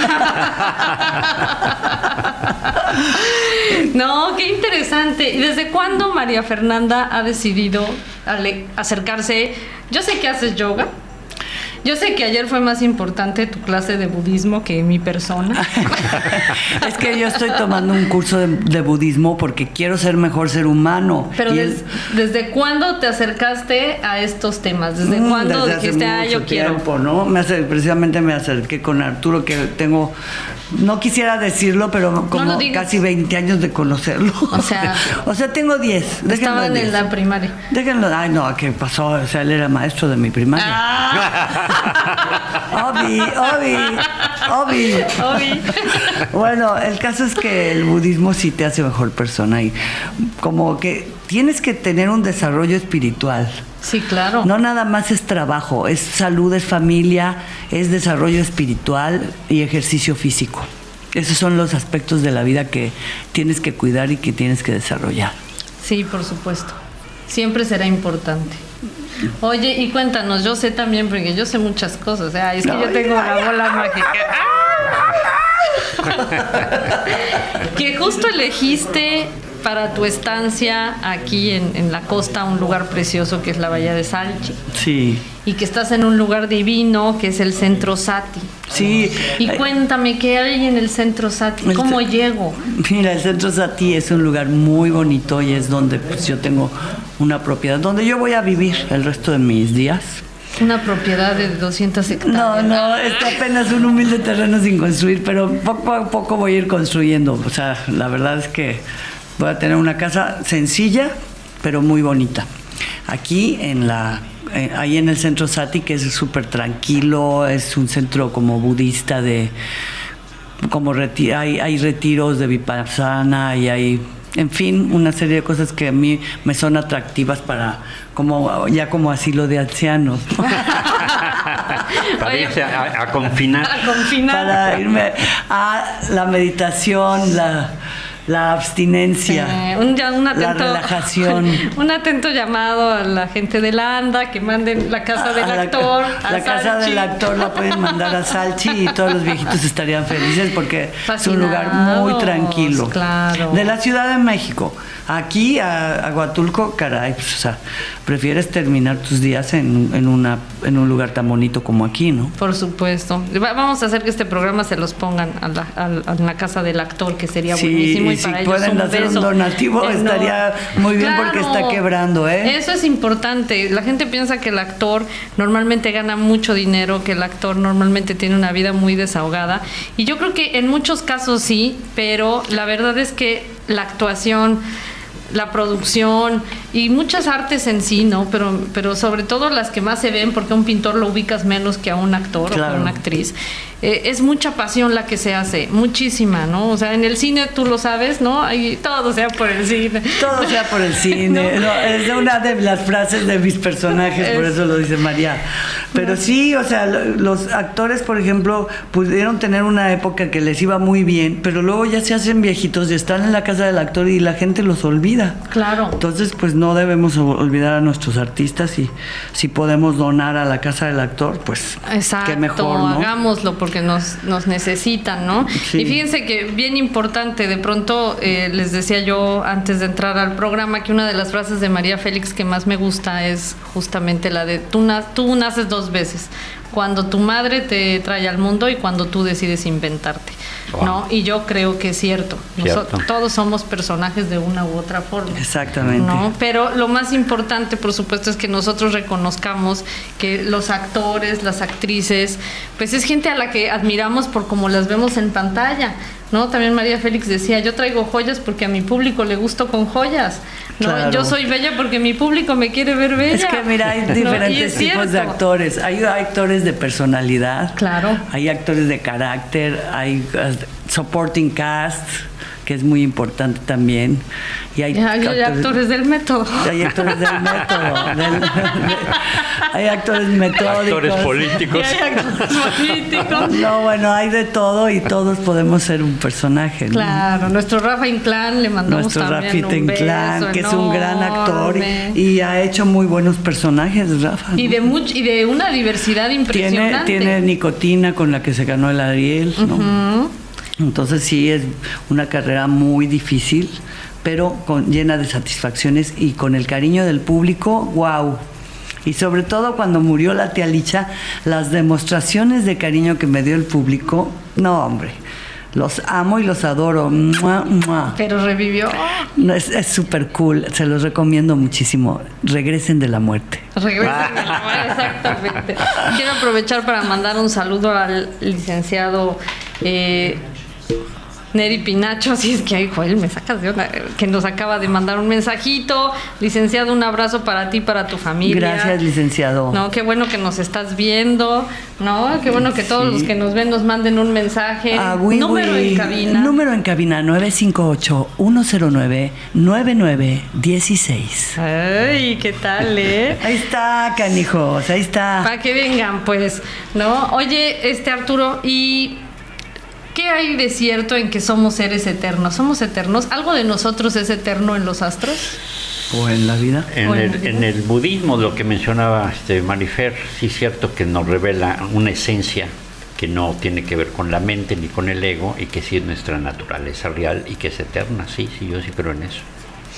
No, qué interesante. ¿Y desde cuándo María Fernanda ha decidido ale- acercarse? Yo sé que haces yoga. Yo sé que ayer fue más importante tu clase de budismo que mi persona. Es que yo estoy tomando un curso de, de budismo porque quiero ser mejor ser humano. Pero des, es, ¿desde cuándo te acercaste a estos temas? ¿Desde mm, cuándo desde dijiste, hace ah, mucho yo quiero? tiempo, ¿no? Me acer- precisamente me acerqué con Arturo, que tengo, no quisiera decirlo, pero como No lo digas. casi veinte años de conocerlo. O sea, o sea, tengo diez. Estaban en la primaria. Déjenlo. Ay, no, ¿qué pasó? O sea, él era maestro de mi primaria. Ah. Obi, Obi, Obi. Obi. Bueno, el caso es que el budismo sí te hace mejor persona y como que tienes que tener un desarrollo espiritual. Sí, claro. No nada más es trabajo, es salud, es familia, es desarrollo espiritual y ejercicio físico. Esos son los aspectos de la vida que tienes que cuidar y que tienes que desarrollar. Sí, por supuesto. Siempre será importante. Oye, y cuéntanos, yo sé también, porque yo sé muchas cosas. ¿eh? Es que No, yo tengo ya, la bola mágica. Que justo elegiste para tu estancia aquí en, en la costa un lugar precioso que es la Bahía de Salchi. Sí. Y que estás en un lugar divino que es el Centro Sati. Sí. Y cuéntame, ¿qué hay en el Centro Sati? El ¿Cómo ce- llego? Mira, el Centro Sati es un lugar muy bonito y es donde pues, yo tengo una propiedad, donde yo voy a vivir el resto de mis días. Una propiedad de doscientas hectáreas. No, no, está apenas un humilde terreno sin construir, pero poco a poco voy a ir construyendo. O sea, la verdad es que voy a tener una casa sencilla, pero muy bonita. Aquí en la... Eh, ahí en el Centro Sati, que es súper tranquilo, es un centro como budista de como reti- hay, hay retiros de vipassana y hay, en fin, una serie de cosas que a mí me son atractivas para como ya como asilo de ancianos. Para irse a, a confinar. A confinar. Para irme a la meditación, la la abstinencia, eh, un, un atento, la relajación. Un atento llamado a la gente de la ANDA que manden la casa del la, actor. La, la casa del actor la pueden mandar a Salchi y todos los viejitos estarían felices porque Fascinados, es un lugar muy tranquilo. Claro. De la Ciudad de México. Aquí a, a Huatulco, caray, pues, o sea, prefieres terminar tus días en, en, una, en un lugar tan bonito como aquí, ¿no? Por supuesto. Vamos a hacer que este programa se los pongan a la, a la casa del actor, que sería sí, buenísimo. Y si para pueden ellos un hacer beso. un donativo, Eh, no. estaría muy bien Claro, porque está quebrando, ¿eh? Eso es importante. La gente piensa que el actor normalmente gana mucho dinero, que el actor normalmente tiene una vida muy desahogada. Y yo creo que en muchos casos sí, pero la verdad es que la actuación, la producción y muchas artes en sí, ¿no? Pero, pero sobre todo las que más se ven, porque a un pintor lo ubicas menos que a un actor, claro, o a una actriz. Eh, es mucha pasión la que se hace, muchísima, ¿no? O sea, en el cine tú lo sabes, ¿no? Ahí todo sea por el cine. Todo sea por el cine. ¿No? No, es una de las frases de mis personajes, es, por eso lo dice María. Pero no. sí, o sea, los actores, por ejemplo, pudieron tener una época que les iba muy bien, pero luego ya se hacen viejitos y están en la casa del actor y la gente los olvida. Claro. Entonces, pues no debemos olvidar a nuestros artistas y si podemos donar a la casa del actor, pues exacto, qué mejor, ¿no? Hagámoslo porque nos, nos necesitan, ¿no? Sí. Y fíjense que bien importante, de pronto eh, les decía yo antes de entrar al programa que una de las frases de María Félix que más me gusta es justamente la de tú, na- tú naces dos veces, cuando tu madre te trae al mundo y cuando tú decides inventarte, wow. ¿no? Y yo creo que es cierto. cierto. Nosotros, todos somos personajes de una u otra forma. Exactamente. ¿No? Pero lo más importante, por supuesto, es que nosotros reconozcamos que los actores, las actrices, pues es gente a la que admiramos por cómo las vemos en pantalla, ¿no? También María Félix decía, yo traigo joyas porque a mi público le gusto con joyas, ¿no? Claro. Yo soy bella porque mi público me quiere ver bella. Es que mira, hay diferentes ¿no? tipos de actores. Hay actores de personalidad. Claro. Hay actores de carácter, hay uh, supporting cast, que es muy importante también. Y hay, hay actores, actores del método. Hay actores del método. Del, de, hay actores metódicos. Actores políticos. Y hay actores políticos. No, bueno, hay de todo y todos podemos ser un personaje, ¿no? Claro, nuestro Rafa Inclán le mandamos nuestro también Rafita un beso Inclán, que enorme. es un gran actor y, y ha hecho muy buenos personajes, Rafa, ¿no? Y de much, y de una diversidad impresionante. Tiene, tiene Nicotina, con la que se ganó el Ariel, ¿no? Uh-huh. Entonces sí es una carrera muy difícil, pero con, llena de satisfacciones y con el cariño del público, wow. Y sobre todo cuando murió la tía Licha, las demostraciones de cariño que me dio el público, no hombre, los amo y los adoro. ¡Mua, mua! Pero revivió. Es súper cool, se los recomiendo muchísimo. Regresen de la muerte. Regresen de la muerte, exactamente. Quiero aprovechar para mandar un saludo al licenciado eh, Neri Pinacho, si es que ay, Joel, me sacas de una, que nos acaba de mandar un mensajito. Licenciado, un abrazo para ti y para tu familia. Gracias, licenciado. No, qué bueno que nos estás viendo, ¿no? Qué bueno que todos sí. los que nos ven nos manden un mensaje. Ah, oui, número oui. en cabina. Número en cabina nueve cinco ocho, uno cero nueve, nueve nueve uno seis. Ay, ¿qué tal, eh? Ahí está, canijos, ahí está. Para que vengan, pues, ¿no? Oye, este Arturo, y ¿qué hay de cierto en que somos seres eternos? ¿Somos eternos? ¿Algo de nosotros es eterno en los astros? ¿O en la vida? En, en, el, la vida? en el budismo, lo que mencionaba este Marifer, sí es cierto que nos revela una esencia que no tiene que ver con la mente ni con el ego y que sí es nuestra naturaleza real y que es eterna. Sí, sí, yo sí creo en eso.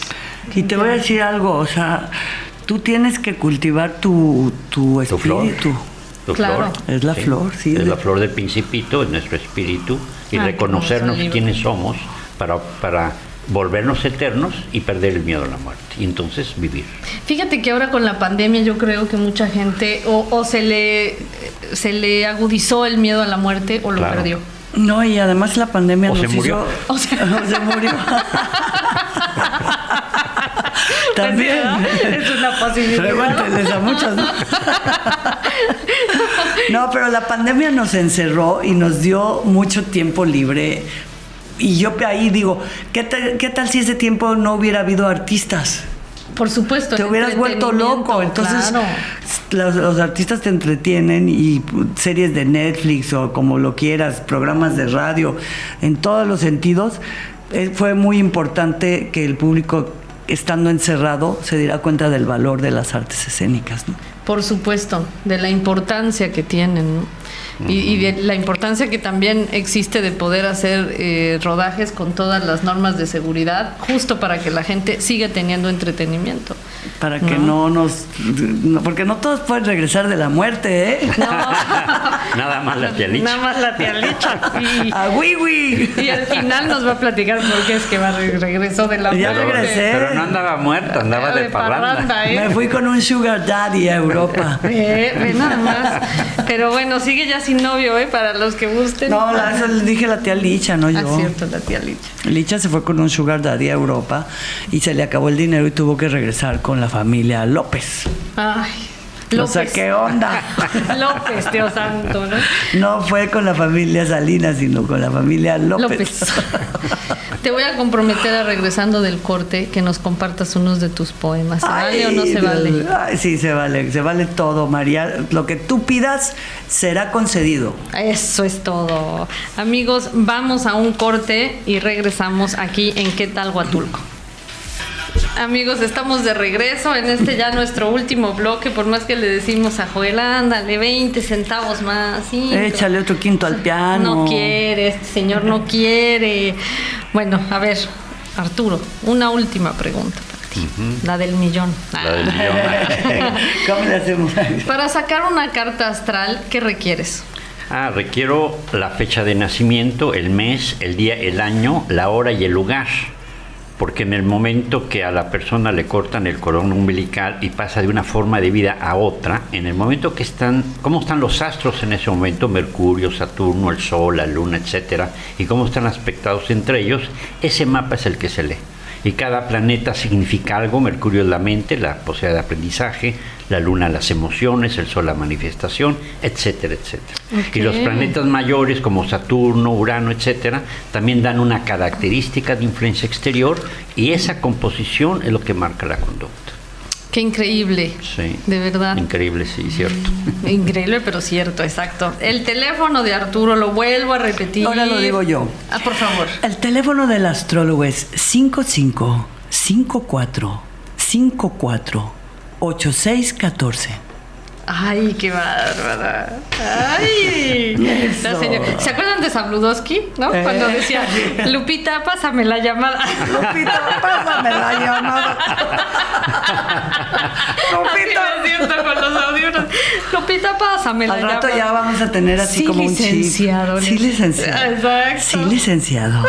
Y te voy a decir algo, o sea, tú tienes que cultivar tu, tu espíritu. Tu claro. flor. Es la sí. flor, sí. Es de... la flor del principito, es nuestro espíritu, y ah, reconocernos quiénes somos para, para volvernos eternos y perder el miedo a la muerte. Y entonces vivir. Fíjate que ahora con la pandemia yo creo que mucha gente o, o se le se le agudizó el miedo a la muerte o lo claro. perdió. No, y además la pandemia o nos se murió. hizo... O, sea, o se murió. También. Es una posibilidad. Pregúntenles a muchos, ¿no? No, pero la pandemia nos encerró y nos dio mucho tiempo libre. Y yo ahí digo, ¿qué tal, qué tal si ese tiempo no hubiera habido artistas? Por supuesto. Te hubieras vuelto loco. Entonces, claro. los, los artistas te entretienen y series de Netflix o como lo quieras, programas de radio, en todos los sentidos. eh, fue muy importante que el público, estando encerrado, se diera cuenta del valor de las artes escénicas, ¿no? Por supuesto, de la importancia que tienen, ¿no? Y, y de la importancia que también existe de poder hacer eh, rodajes con todas las normas de seguridad, justo para que la gente siga teniendo entretenimiento. Para que no, no nos... No, porque no todos pueden regresar de la muerte, ¿eh? No. Nada más la tía Licha. Nada más la tía Licha. Y, ¡A Wiwi! y al final nos va a platicar por qué es que va, regresó de la Ya muerte. regresé. Pero no andaba muerta, andaba de, de parranda. parranda, ¿eh? Me fui con un sugar daddy a Europa. Eh, ve nada más. Pero bueno, sigue ya sin novio, ¿eh? Para los que gusten. No, la, eso le dije a la tía Licha, no yo. Ah, cierto, la tía Licha. Licha se fue con un sugar daddy a Europa y se le acabó el dinero y tuvo que regresar con la familia López. Ay, O López. sea, ¿qué onda? López, Dios santo, ¿no? No fue con la familia Salinas, sino con la familia López. López. Te voy a comprometer a, regresando del corte, que nos compartas unos de tus poemas. ¿Se Ay, vale o no se Dios, vale? Ay, sí, se vale, se vale todo, María. Lo que tú pidas será concedido. Eso es todo. Amigos, vamos a un corte y regresamos aquí en ¿Qué tal Huatulco? Amigos, estamos de regreso en este ya nuestro último bloque, por más que le decimos a Joel, ándale, veinte centavos más. Sí, Échale otro quinto al piano. no quiere, este señor no quiere. Bueno, a ver, Arturo, una última pregunta para ti, uh-huh. la del millón. La del millón. ¿Cómo le hacemos? Para sacar una carta astral, ¿qué requieres? Ah, requiero la fecha de nacimiento, el mes, el día, el año, la hora y el lugar. Porque en el momento que a la persona le cortan el cordón umbilical y pasa de una forma de vida a otra, en el momento que están, cómo están los astros en ese momento, Mercurio, Saturno, el Sol, la Luna, etcétera, y cómo están aspectados entre ellos, ese mapa es el que se lee. Y cada planeta significa algo. Mercurio es la mente, la posibilidad de aprendizaje, la Luna las emociones, el Sol la manifestación, etcétera, etcétera. Okay. Y los planetas mayores como Saturno, Urano, etcétera, también dan una característica de influencia exterior y esa composición es lo que marca la conducta. Qué increíble. Sí. De verdad. Increíble, sí, cierto. Increíble, pero cierto, exacto. El teléfono de Arturo, lo vuelvo a repetir. Ahora lo digo yo. Ah, por favor. El teléfono del astrólogo es cinco cinco cinco cuatro cinco cuatro ocho seis uno cuatro. Ay, qué bárbara. Ay. La señora. ¿Se acuerdan de Sabludowski? ¿No? Eh. Cuando decía, Lupita, pásame la llamada. Lupita, pásame la llamada. Lupita. Así es cierto con los audífonos. Lupita, pásame la llamada. Al rato ya vamos a tener así sí, como un licenciado. chip. Sí, licenciado. Exacto. Sí, licenciado.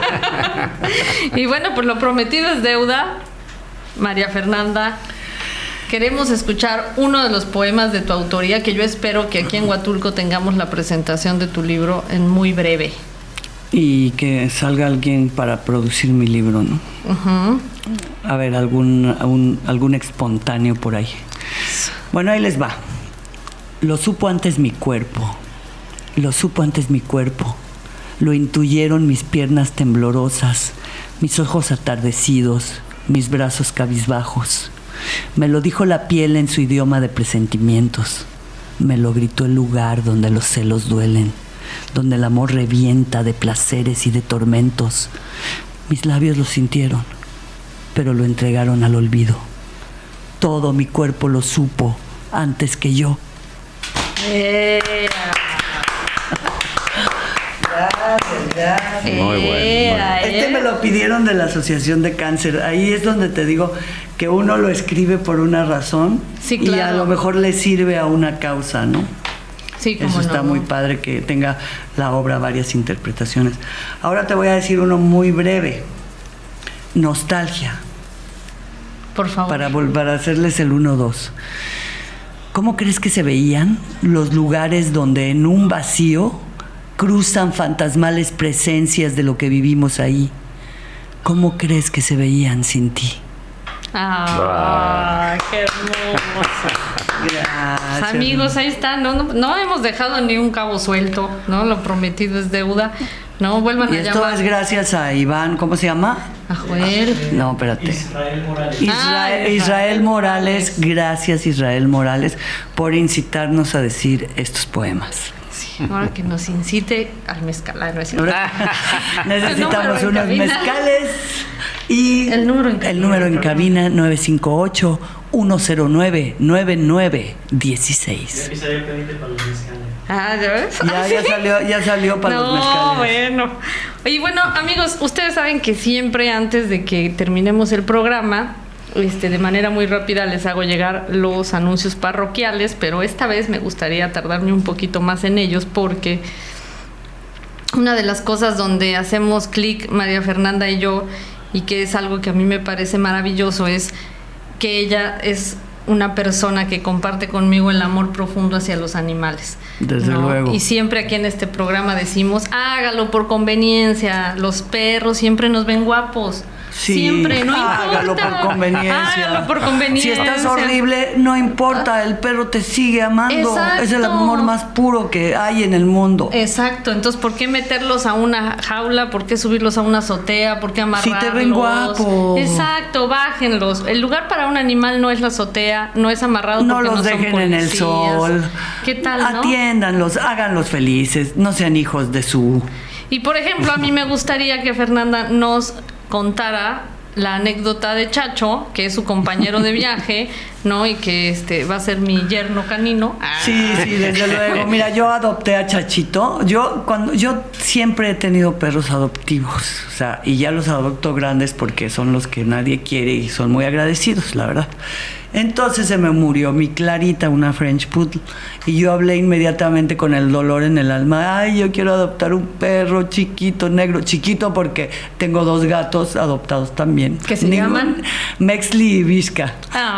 Y bueno, pues lo prometido es deuda. María Fernanda, queremos escuchar uno de los poemas de tu autoría, que yo espero que aquí en Huatulco tengamos la presentación de tu libro en muy breve. Y que salga alguien para producir mi libro, ¿no? Uh-huh. A ver, algún, algún, algún espontáneo por ahí. Bueno, ahí les va. Lo supo antes mi cuerpo, lo supo antes mi cuerpo, lo intuyeron mis piernas temblorosas, mis ojos atardecidos, mis brazos cabizbajos. Me lo dijo la piel en su idioma de presentimientos. Me lo gritó el lugar donde los celos duelen, donde el amor revienta de placeres y de tormentos. Mis labios lo sintieron, pero lo entregaron al olvido. Todo mi cuerpo lo supo antes que yo. Yeah. Gracias, gracias. Muy bueno, muy bueno. Este me lo pidieron de la Asociación de Cáncer. Ahí es donde te digo que uno lo escribe por una razón, sí, claro, y a lo mejor le sirve a una causa, ¿no? Sí, cómo Eso está no. muy padre, que tenga la obra varias interpretaciones. Ahora te voy a decir uno muy breve. Nostalgia. Por favor. Para volver a hacerles el uno dos. ¿Cómo crees que se veían los lugares donde en un vacío cruzan fantasmales presencias de lo que vivimos ahí? ¿Cómo crees que se veían sin ti? ¡Ah! Wow. ¡Qué hermoso! Gracias. Amigos, ahí están. No, no, no hemos dejado ni un cabo suelto, ¿no? Lo prometido es deuda. No vuelvan y a esto llamar. es gracias a Iván, ¿cómo se llama? A Joel. No, espérate. Israel Morales. Israel, Ah, Israel Morales, gracias Israel Morales por incitarnos a decir estos poemas. Sí, Ahora que nos incite al mezcal. ¿No es Necesitamos unos mezcales y el número en cabina, el número en cabina nueve cinco ocho, uno cero nueve, nueve nueve uno seis. Ya salió pendiente para los mezcales. Ah, ¿ya ves? Ya, ya salió, ya salió para no, los mezcales. No, bueno. Y bueno, amigos, ustedes saben que siempre antes de que terminemos el programa, Este, de manera muy rápida les hago llegar los anuncios parroquiales, pero esta vez me gustaría tardarme un poquito más en ellos porque una de las cosas donde hacemos clic María Fernanda y yo, y que es algo que a mí me parece maravilloso, es que ella es una persona que comparte conmigo el amor profundo hacia los animales. Desde ¿no? luego. Y siempre aquí en este programa decimos, hágalo por conveniencia, los perros siempre nos ven guapos. Sí, siempre, no hágalo importa. por conveniencia. Hágalo por conveniencia. Si estás horrible, no importa, el perro te sigue amando. Exacto. Es el amor más puro que hay en el mundo. Exacto, entonces ¿por qué meterlos a una jaula? ¿Por qué subirlos a una azotea? ¿Por qué amarrarlos? Si te ven guapos. Exacto, bájenlos. El lugar para un animal no es la azotea, no es amarrado no porque los no son dejen en el policías. sol. ¿Qué tal, no? Atiéndanlos, háganlos felices, no sean hijos de su... Y por ejemplo, a mí me gustaría que Fernanda nos contara la anécdota de Chacho, que es su compañero de viaje, ¿no? Y que este va a ser mi yerno canino. Sí, sí, desde luego. Mira, yo adopté a Chachito. Yo cuando yo siempre he tenido perros adoptivos, o sea, y ya los adopto grandes porque son los que nadie quiere y son muy agradecidos, la verdad. Entonces se me murió mi Clarita, una French Poodle, y yo hablé inmediatamente con el dolor en el alma. Ay, yo quiero adoptar un perro chiquito, negro, chiquito porque tengo dos gatos adoptados también. ¿Qué se Ningún, llaman? Mexli y Vizca.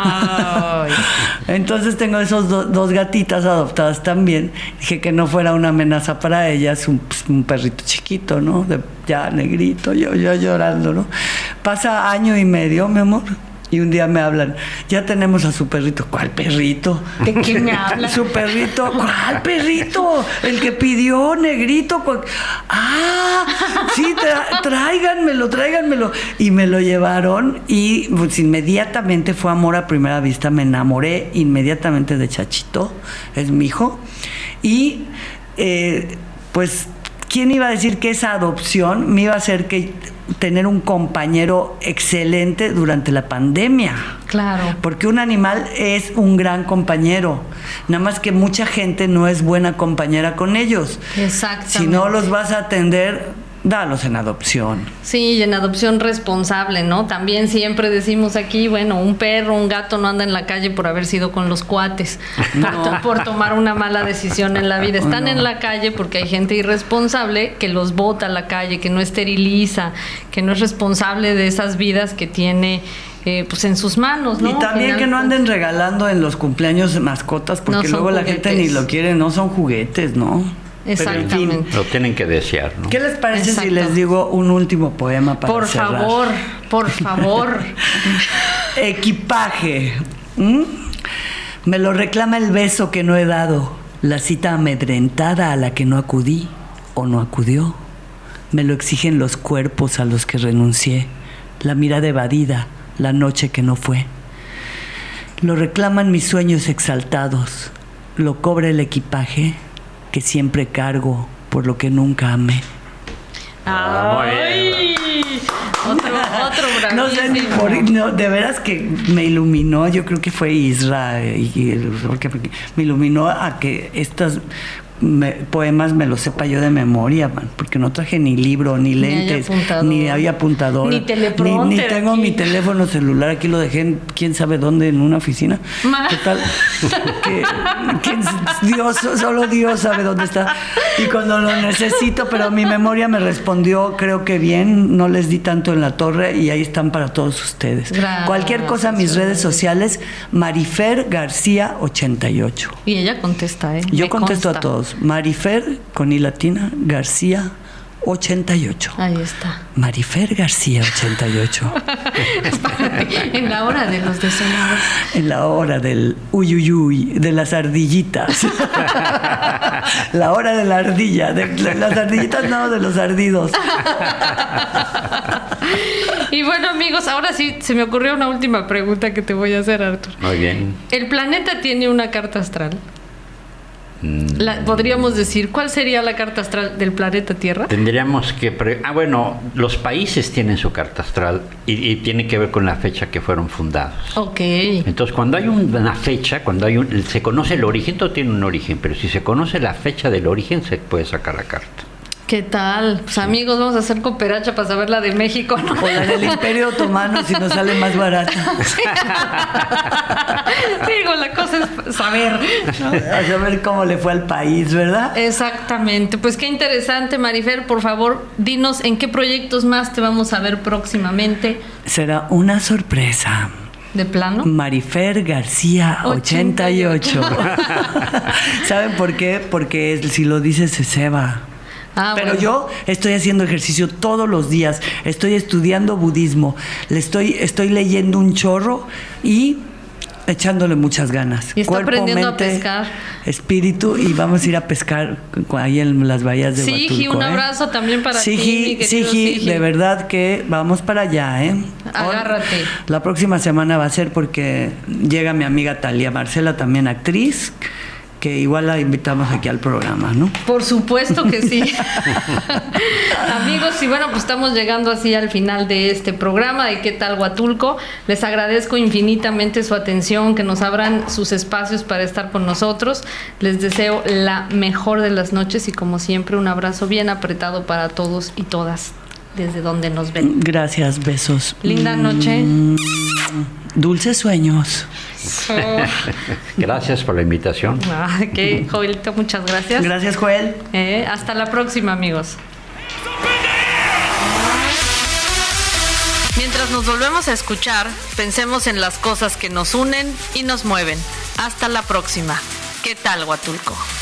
Ay. Entonces tengo esos do, dos gatitas adoptadas también. Dije que no fuera una amenaza para ellas, un, un perrito chiquito, ¿no? De, ya negrito, yo, yo llorando, ¿no? Pasa año y medio, mi amor. Y un día me hablan, ya tenemos a su perrito. ¿Cuál perrito? ¿De qué me hablan? Su perrito. ¿Cuál perrito? El que pidió, negrito. ¿Cuál? Ah, sí, tra- tráiganmelo, tráiganmelo. Y me lo llevaron y pues inmediatamente fue amor a primera vista. Me enamoré inmediatamente de Chachito, es mi hijo. Y eh, pues, ¿quién iba a decir que esa adopción me iba a hacer que tener un compañero excelente durante la pandemia? Claro. Porque un animal es un gran compañero, nada más que mucha gente no es buena compañera con ellos. Exactamente. Si no los vas a atender, dalos en adopción. Sí, y en adopción responsable, ¿no? También siempre decimos aquí, bueno, un perro, un gato no anda en la calle por haber sido con los cuates, No. por, to- por tomar una mala decisión en la vida. Están No. en la calle porque hay gente irresponsable que los bota a la calle, que no esteriliza, que no es responsable de esas vidas que tiene eh, pues en sus manos, ¿no? Y también Final- que no anden regalando en los cumpleaños mascotas, porque No son luego la gente juguetes. ni lo quiere, no son juguetes, ¿no? Pero, en fin, Exactamente. Lo tienen que desear, ¿no? ¿qué les parece Exacto. si les digo un último poema para Por cerrar? favor, por favor. Equipaje. ¿Mm? Me lo reclama el beso que no he dado, la cita amedrentada a la que no acudí o no acudió. Me lo exigen los cuerpos a los que renuncié, la mirada evadida, la noche que no fue. Lo reclaman mis sueños exaltados, lo cobra el equipaje que siempre cargo por lo que nunca amé. Ah, muy Ay, otro, otro No sé ni bravísimo. por, no, de veras que me iluminó, yo creo que fue Isra, y, y- porque me iluminó a que estos me- poemas me los sepa yo de memoria, man, porque no traje ni libro, ni Ni hay lentes, apuntador. ni había apuntador, Ni teleprompter ni, ni tengo aquí. mi teléfono celular, aquí lo dejé en quién sabe dónde, en una oficina. Ma- Total, que, que Dios, solo Dios sabe dónde está. Y cuando lo necesito, pero mi memoria me respondió, creo que bien, no les di tanto en la torre y ahí están para todos ustedes. Gracias. Cualquier cosa, mis redes sociales, Marifer García ochenta y ocho. Y ella contesta, ¿eh? Yo Me contesto consta. a todos. Marifer con I latina García ochenta y ocho. Ahí está. Marifer García ochenta y ocho. En la hora de los deseados. En la hora del uyuyuy, de las ardillitas. La hora de la ardilla. De, de las ardillitas, no, de los ardidos. Y bueno, amigos, ahora sí se me ocurrió una última pregunta que te voy a hacer, Arthur. Muy bien. ¿El planeta tiene una carta astral? La, podríamos decir, ¿cuál sería la carta astral del planeta Tierra? Tendríamos que... Pre ah, bueno, los países tienen su carta astral y, y tiene que ver con la fecha que fueron fundados. Ok. Entonces, cuando hay una fecha, cuando hay un, se conoce el origen, todo tiene un origen, pero si se conoce la fecha del origen, se puede sacar la carta. ¿Qué tal? Pues amigos, vamos a hacer cooperacha para saber la de México, ¿no? O la del Imperio Otomano, si nos sale más barata. Sí. Digo, la cosa es saber, ¿no? A saber cómo le fue al país, ¿verdad? Exactamente. Pues qué interesante, Marifer. Por favor, dinos en qué proyectos más te vamos a ver próximamente. Será una sorpresa. ¿De plano? Marifer García ochenta y ocho. ¿Saben por qué? Porque si lo dices se ceba. Ah, Pero bueno. Yo estoy haciendo ejercicio todos los días, estoy estudiando budismo, le estoy, estoy leyendo un chorro y echándole muchas ganas. Y está Cuerpo, aprendiendo mente, a pescar. Espíritu, y vamos a ir a pescar ahí en las bahías de Huatulco. Sigi, un abrazo ¿eh? también para Sigi, ti. Sigi, Sigi, de verdad que vamos para allá, ¿eh? Agárrate. La próxima semana va a ser porque llega mi amiga Talia Marcela, también actriz, que igual la invitamos aquí al programa, ¿no? Por supuesto que sí. Amigos, y bueno, pues estamos llegando así al final de este programa de ¿Qué tal Huatulco? Les agradezco infinitamente su atención, que nos abran sus espacios para estar con nosotros. Les deseo la mejor de las noches y como siempre un abrazo bien apretado para todos y todas desde donde nos ven. Gracias, besos. Linda noche. Mm, dulces sueños. Oh. Gracias por la invitación. Ah, ok, Joelito, muchas gracias. Gracias, Joel. Eh, hasta la próxima, amigos. Mientras nos volvemos a escuchar, pensemos en las cosas que nos unen y nos mueven. Hasta la próxima. ¿Qué tal, Huatulco?